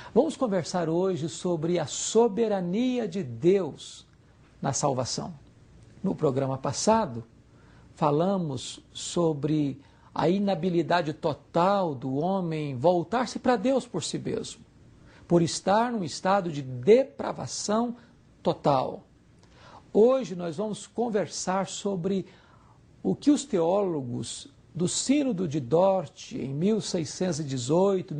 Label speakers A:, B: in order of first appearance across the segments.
A: Vamos conversar hoje sobre a soberania de Deus na salvação. No programa passado, falamos sobre a inabilidade total do homem voltar-se para Deus por si mesmo, por estar num estado de depravação total. Hoje nós vamos conversar sobre o que os teólogos do Sínodo de Dort, em 1618,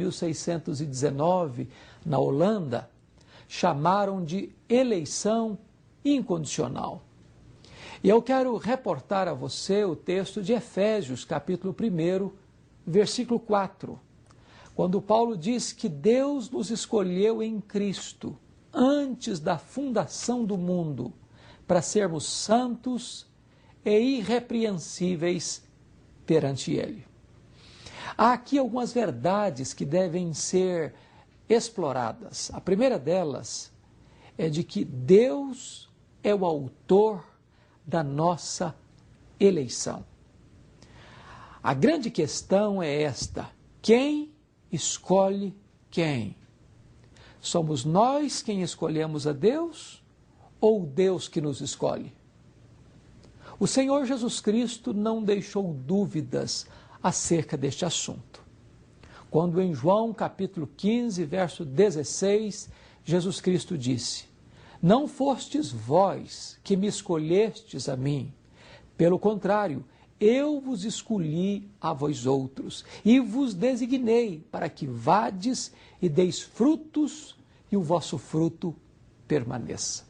A: 1619, na Holanda, chamaram de eleição incondicional. E eu quero reportar a você o texto de Efésios, capítulo 1, versículo 4, quando Paulo diz que Deus nos escolheu em Cristo, antes da fundação do mundo, para sermos santos e irrepreensíveis perante Ele. Há aqui algumas verdades que devem ser exploradas. A primeira delas é de que Deus é o autor da nossa eleição. A grande questão é esta: quem escolhe quem? Somos nós quem escolhemos a Deus ou Deus que nos escolhe? O Senhor Jesus Cristo não deixou dúvidas acerca deste assunto. Quando em João capítulo 15, verso 16, Jesus Cristo disse: "Não fostes vós que me escolhestes a mim, pelo contrário, eu vos escolhi a vós outros, e vos designei para que vades e deis frutos, e o vosso fruto permaneça."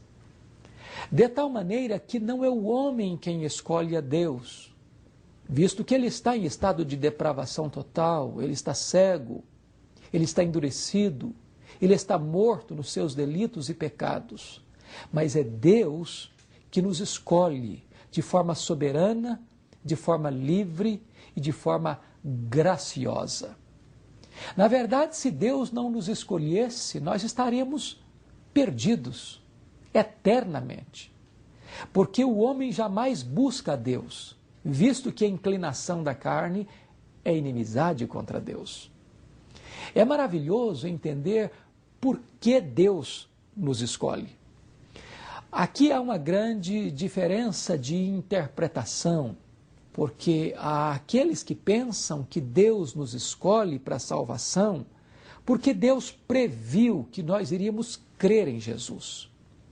A: De tal maneira que não é o homem quem escolhe a Deus, visto que ele está em estado de depravação total, ele está cego, ele está endurecido, ele está morto nos seus delitos e pecados. Mas é Deus que nos escolhe de forma soberana, de forma livre e de forma graciosa. Na verdade, se Deus não nos escolhesse, nós estaríamos perdidos eternamente. Porque o homem jamais busca a Deus, visto que a inclinação da carne é inimizade contra Deus. É maravilhoso entender por que Deus nos escolhe. Aqui há uma grande diferença de interpretação, porque há aqueles que pensam que Deus nos escolhe para a salvação, porque Deus previu que nós iríamos crer em Jesus.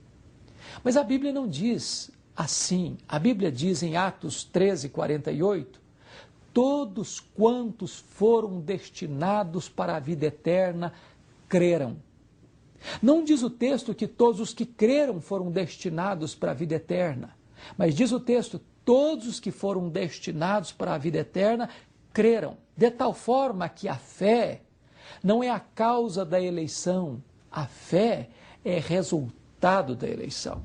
A: Mas a Bíblia não diz assim. A Bíblia diz em Atos 13:48, todos quantos foram destinados para a vida eterna creram. Não diz o texto que todos os que creram foram destinados para a vida eterna, mas diz o texto, todos os que foram destinados para a vida eterna creram. De tal forma que a fé não é a causa da eleição, a fé é resultado da eleição.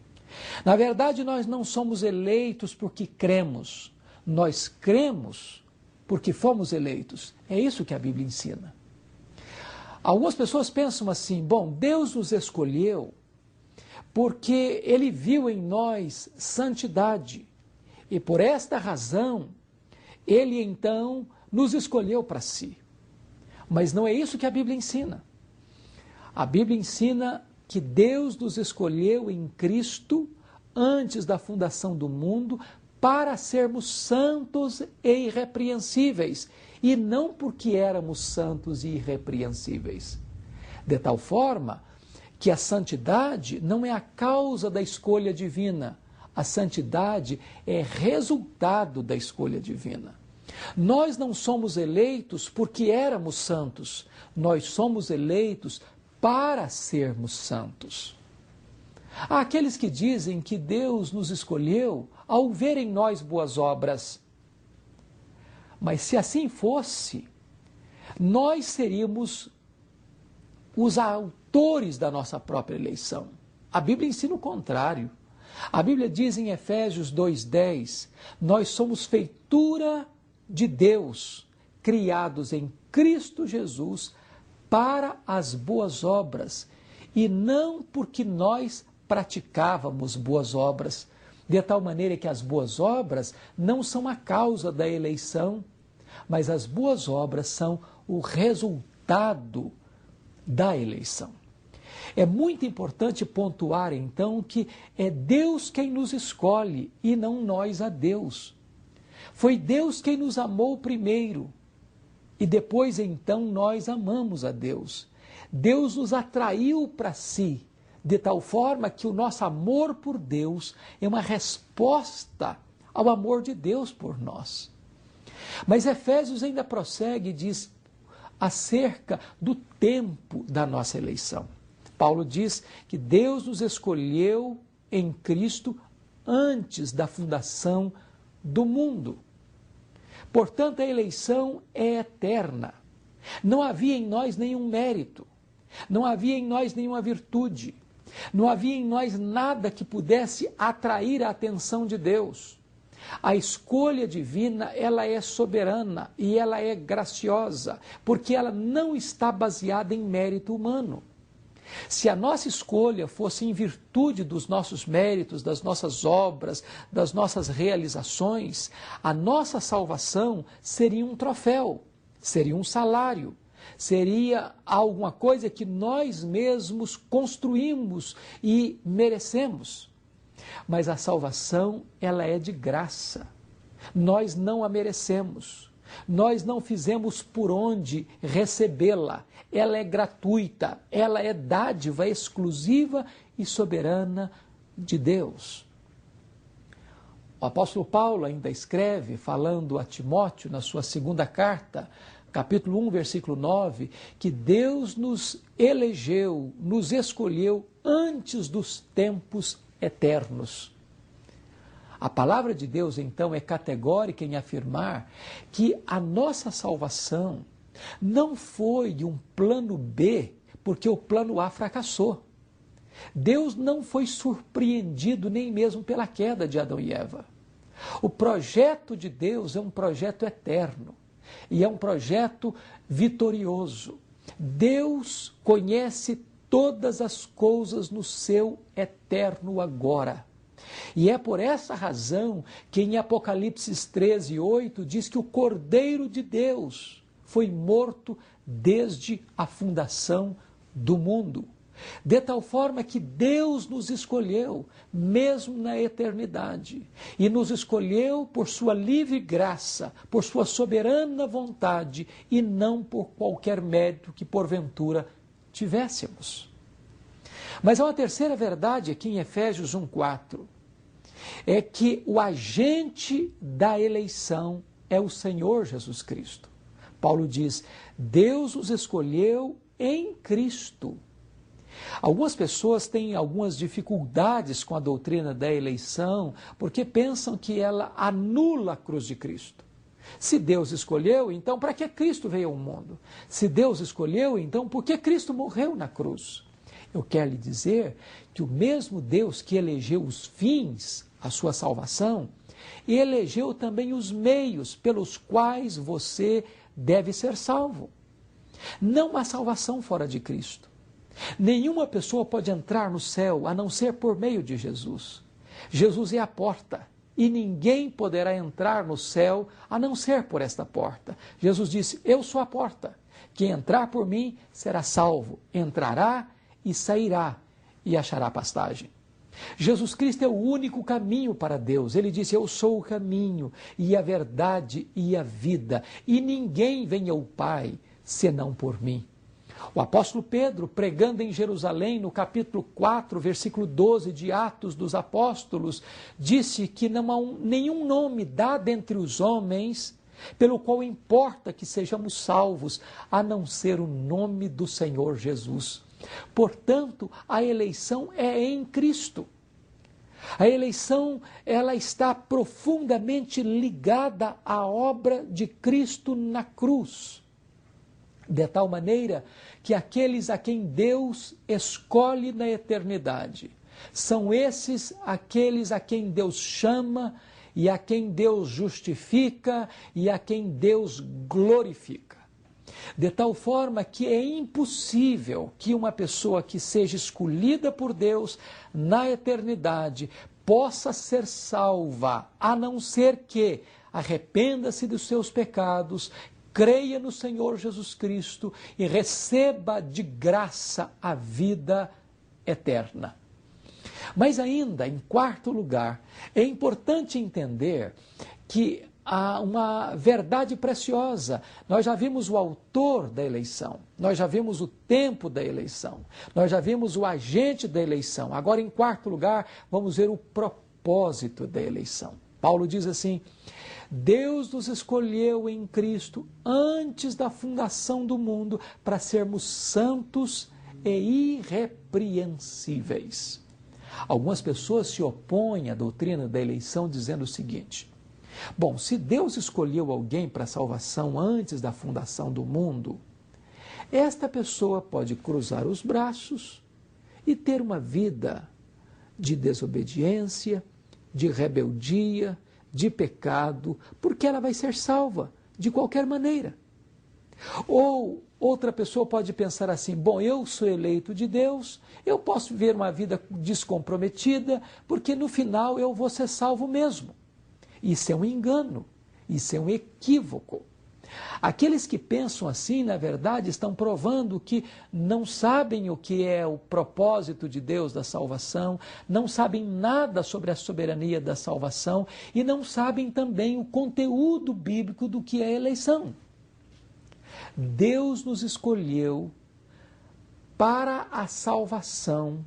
A: Na verdade, nós não somos eleitos porque cremos, nós cremos porque fomos eleitos. É isso que a Bíblia ensina. Algumas pessoas pensam assim: bom, Deus nos escolheu porque Ele viu em nós santidade e por esta razão Ele então nos escolheu para si. Mas não é isso que a Bíblia ensina. A Bíblia ensina que Deus nos escolheu em Cristo antes da fundação do mundo para sermos santos e irrepreensíveis, e não porque éramos santos e irrepreensíveis. De tal forma que a santidade não é a causa da escolha divina, a santidade é resultado da escolha divina. Nós não somos eleitos porque éramos santos, nós somos eleitos para sermos santos. Há aqueles que dizem que Deus nos escolheu ao ver em nós boas obras. Mas se assim fosse, nós seríamos os autores da nossa própria eleição. A Bíblia ensina o contrário. A Bíblia diz em Efésios 2:10, nós somos feitura de Deus, criados em Cristo Jesus para as boas obras, e não porque nós praticávamos boas obras, de tal maneira que as boas obras não são a causa da eleição, mas as boas obras são o resultado da eleição. É muito importante pontuar, então, que é Deus quem nos escolhe e não nós a Deus. Foi Deus quem nos amou primeiro e depois, então, nós amamos a Deus. Deus nos atraiu para si, de tal forma que o nosso amor por Deus é uma resposta ao amor de Deus por nós. Mas Efésios ainda prossegue e diz acerca do tempo da nossa eleição. Paulo diz que Deus nos escolheu em Cristo antes da fundação do mundo. Portanto, a eleição é eterna. Não havia em nós nenhum mérito, não havia em nós nenhuma virtude, não havia em nós nada que pudesse atrair a atenção de Deus. A escolha divina, ela é soberana e ela é graciosa, porque ela não está baseada em mérito humano. Se a nossa escolha fosse em virtude dos nossos méritos, das nossas obras, das nossas realizações, a nossa salvação seria um troféu, seria um salário, seria alguma coisa que nós mesmos construímos e merecemos. Mas a salvação, ela é de graça. Nós não a merecemos. Nós não fizemos por onde recebê-la. Ela é gratuita, ela é dádiva exclusiva e soberana de Deus. O apóstolo Paulo ainda escreve, falando a Timóteo na sua segunda carta, capítulo 1, versículo 9, que Deus nos elegeu, nos escolheu antes dos tempos eternos. A palavra de Deus, então, é categórica em afirmar que a nossa salvação não foi um plano B, porque o plano A fracassou. Deus não foi surpreendido nem mesmo pela queda de Adão e Eva. O projeto de Deus é um projeto eterno e é um projeto vitorioso. Deus conhece todas as coisas no seu eterno agora. E é por essa razão que em Apocalipse 13:8 diz que o Cordeiro de Deus foi morto desde a fundação do mundo. De tal forma que Deus nos escolheu, mesmo na eternidade, e nos escolheu por sua livre graça, por sua soberana vontade, e não por qualquer mérito que porventura tivéssemos. Mas há uma terceira verdade aqui em Efésios 1:4, é que o agente da eleição é o Senhor Jesus Cristo. Paulo diz, Deus os escolheu em Cristo. Algumas pessoas têm algumas dificuldades com a doutrina da eleição, porque pensam que ela anula a cruz de Cristo. Se Deus escolheu, então para que Cristo veio ao mundo? Se Deus escolheu, então por que Cristo morreu na cruz? Eu quero lhe dizer que o mesmo Deus que elegeu os fins, a sua salvação, elegeu também os meios pelos quais você deve ser salvo. Não há salvação fora de Cristo. Nenhuma pessoa pode entrar no céu a não ser por meio de Jesus. Jesus é a porta e ninguém poderá entrar no céu a não ser por esta porta. Jesus disse, eu sou a porta. Quem entrar por mim será salvo, entrará e sairá e achará pastagem. Jesus Cristo é o único caminho para Deus. Ele disse, eu sou o caminho e a verdade e a vida, e ninguém vem ao Pai senão por mim. O apóstolo Pedro, pregando em Jerusalém, no capítulo 4, versículo 12 de Atos dos Apóstolos, disse que não há nenhum nome dado entre os homens pelo qual importa que sejamos salvos, a não ser o nome do Senhor Jesus. Portanto, a eleição é em Cristo. A eleição, ela está profundamente ligada à obra de Cristo na cruz. De tal maneira que aqueles a quem Deus escolhe na eternidade, são esses aqueles a quem Deus chama e a quem Deus justifica e a quem Deus glorifica. De tal forma que é impossível que uma pessoa que seja escolhida por Deus na eternidade possa ser salva, a não ser que arrependa-se dos seus pecados, creia no Senhor Jesus Cristo e receba de graça a vida eterna. Mas ainda, em quarto lugar, é importante entender que há uma verdade preciosa. Nós já vimos o autor da eleição, nós já vimos o tempo da eleição, nós já vimos o agente da eleição. Agora, em quarto lugar, vamos ver o propósito da eleição. Paulo diz assim: Deus nos escolheu em Cristo antes da fundação do mundo para sermos santos e irrepreensíveis. Algumas pessoas se opõem à doutrina da eleição dizendo o seguinte: bom, se Deus escolheu alguém para a salvação antes da fundação do mundo, esta pessoa pode cruzar os braços e ter uma vida de desobediência, de rebeldia, de pecado, porque ela vai ser salva de qualquer maneira. Ou outra pessoa pode pensar assim: bom, eu sou eleito de Deus, eu posso viver uma vida descomprometida, porque no final eu vou ser salvo mesmo. Isso é um engano, isso é um equívoco. Aqueles que pensam assim, na verdade, estão provando que não sabem o que é o propósito de Deus da salvação, não sabem nada sobre a soberania da salvação e não sabem também o conteúdo bíblico do que é eleição. Deus nos escolheu para a salvação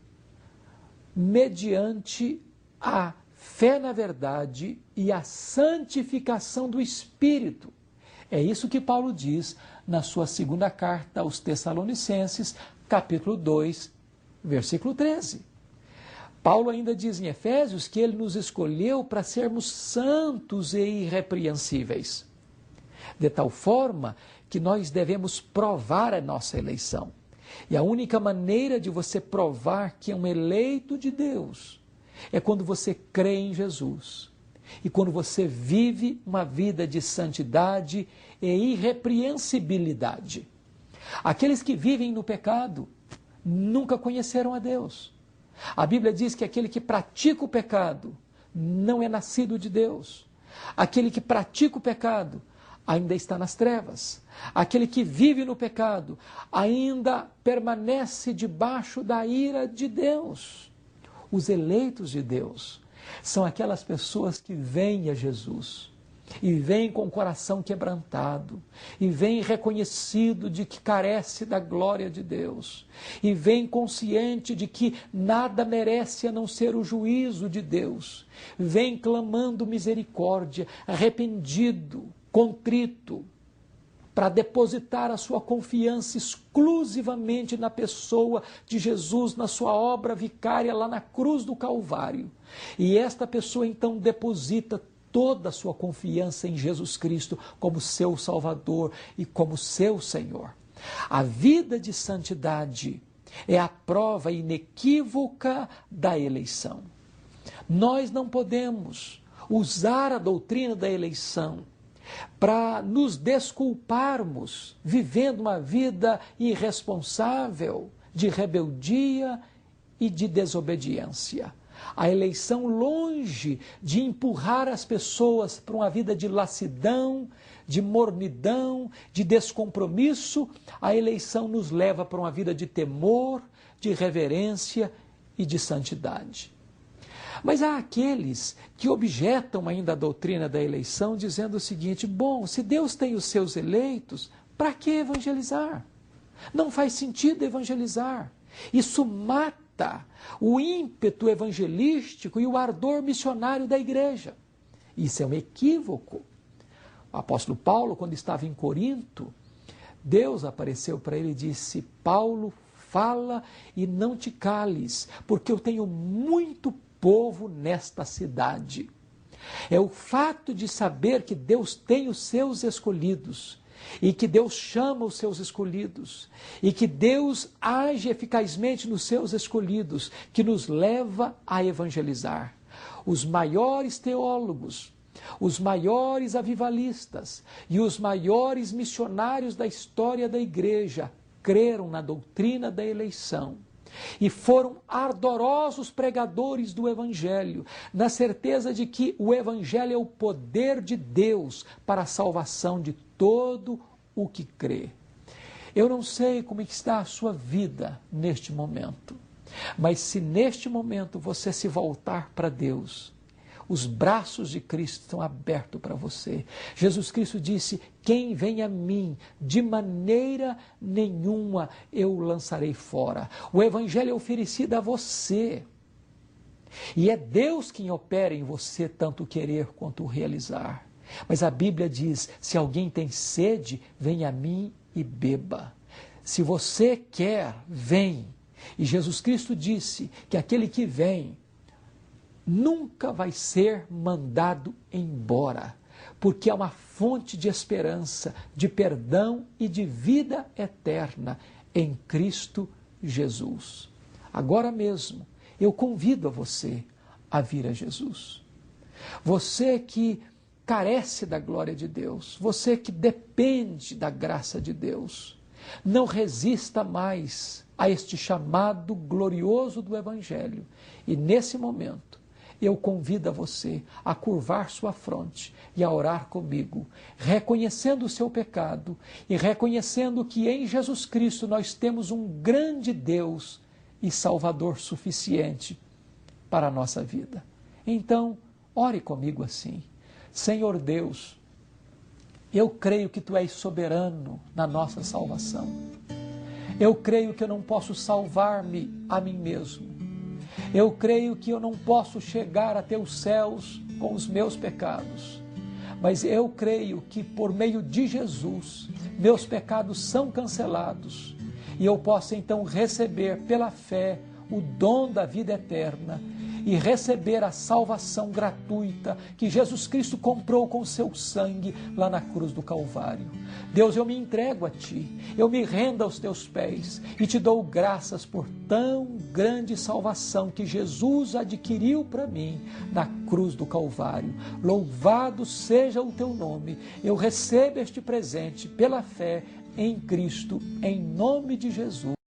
A: mediante a fé na verdade e a santificação do Espírito. É isso que Paulo diz na sua segunda carta aos Tessalonicenses, capítulo 2, versículo 13. Paulo ainda diz em Efésios que ele nos escolheu para sermos santos e irrepreensíveis, de tal forma que nós devemos provar a nossa eleição. E a única maneira de você provar que é um eleito de Deus é quando você crê em Jesus e quando você vive uma vida de santidade e irrepreensibilidade. Aqueles que vivem no pecado nunca conheceram a Deus. A Bíblia diz que aquele que pratica o pecado não é nascido de Deus. Aquele que pratica o pecado ainda está nas trevas. Aquele que vive no pecado ainda permanece debaixo da ira de Deus. Os eleitos de Deus são aquelas pessoas que vêm a Jesus e vêm com o coração quebrantado, e vêm reconhecido de que carece da glória de Deus, e vêm consciente de que nada merece a não ser o juízo de Deus, vêm clamando misericórdia, arrependido, contrito, para depositar a sua confiança exclusivamente na pessoa de Jesus, na sua obra vicária lá na cruz do Calvário. E esta pessoa então deposita toda a sua confiança em Jesus Cristo como seu Salvador e como seu Senhor. A vida de santidade é a prova inequívoca da eleição. Nós não podemos usar a doutrina da eleição para nos desculparmos vivendo uma vida irresponsável, de rebeldia e de desobediência. A eleição, longe de empurrar as pessoas para uma vida de lassidão, de mornidão, de descompromisso, a eleição nos leva para uma vida de temor, de reverência e de santidade. Mas há aqueles que objetam ainda a doutrina da eleição, dizendo o seguinte: bom, se Deus tem os seus eleitos, para que evangelizar? Não faz sentido evangelizar. Isso mata o ímpeto evangelístico e o ardor missionário da igreja. Isso é um equívoco. O apóstolo Paulo, quando estava em Corinto, Deus apareceu para ele e disse: Paulo, fala e não te cales, porque eu tenho muito povo nesta cidade. É o fato de saber que Deus tem os seus escolhidos e que Deus chama os seus escolhidos e que Deus age eficazmente nos seus escolhidos que nos leva a evangelizar. Os maiores teólogos, os maiores avivalistas e os maiores missionários da história da igreja creram na doutrina da eleição e foram ardorosos pregadores do Evangelho, na certeza de que o Evangelho é o poder de Deus para a salvação de todo o que crê. Eu não sei como está a sua vida neste momento, mas se neste momento você se voltar para Deus, os braços de Cristo estão abertos para você. Jesus Cristo disse: quem vem a mim, de maneira nenhuma eu o lançarei fora. O Evangelho é oferecido a você. E é Deus quem opera em você tanto querer quanto realizar. Mas a Bíblia diz: se alguém tem sede, venha a mim e beba. Se você quer, vem. E Jesus Cristo disse que aquele que vem nunca vai ser mandado embora, porque é uma fonte de esperança, de perdão e de vida eterna em Cristo Jesus. Agora mesmo, eu convido a você a vir a Jesus. Você que carece da glória de Deus, você que depende da graça de Deus, não resista mais a este chamado glorioso do Evangelho. E nesse momento, eu convido a você a curvar sua fronte e a orar comigo, reconhecendo o seu pecado e reconhecendo que em Jesus Cristo nós temos um grande Deus e Salvador suficiente para a nossa vida. Então, ore comigo assim: Senhor Deus, eu creio que Tu és soberano na nossa salvação. Eu creio que eu não posso salvar-me a mim mesmo. Eu creio que eu não posso chegar até os céus com os meus pecados. Mas eu creio que por meio de Jesus, meus pecados são cancelados. E eu posso então receber pela fé o dom da vida eterna e receber a salvação gratuita que Jesus Cristo comprou com seu sangue lá na cruz do Calvário. Deus, eu me entrego a Ti, eu me rendo aos Teus pés e Te dou graças por tão grande salvação que Jesus adquiriu para mim na cruz do Calvário. Louvado seja o Teu nome. Eu recebo este presente pela fé em Cristo, em nome de Jesus.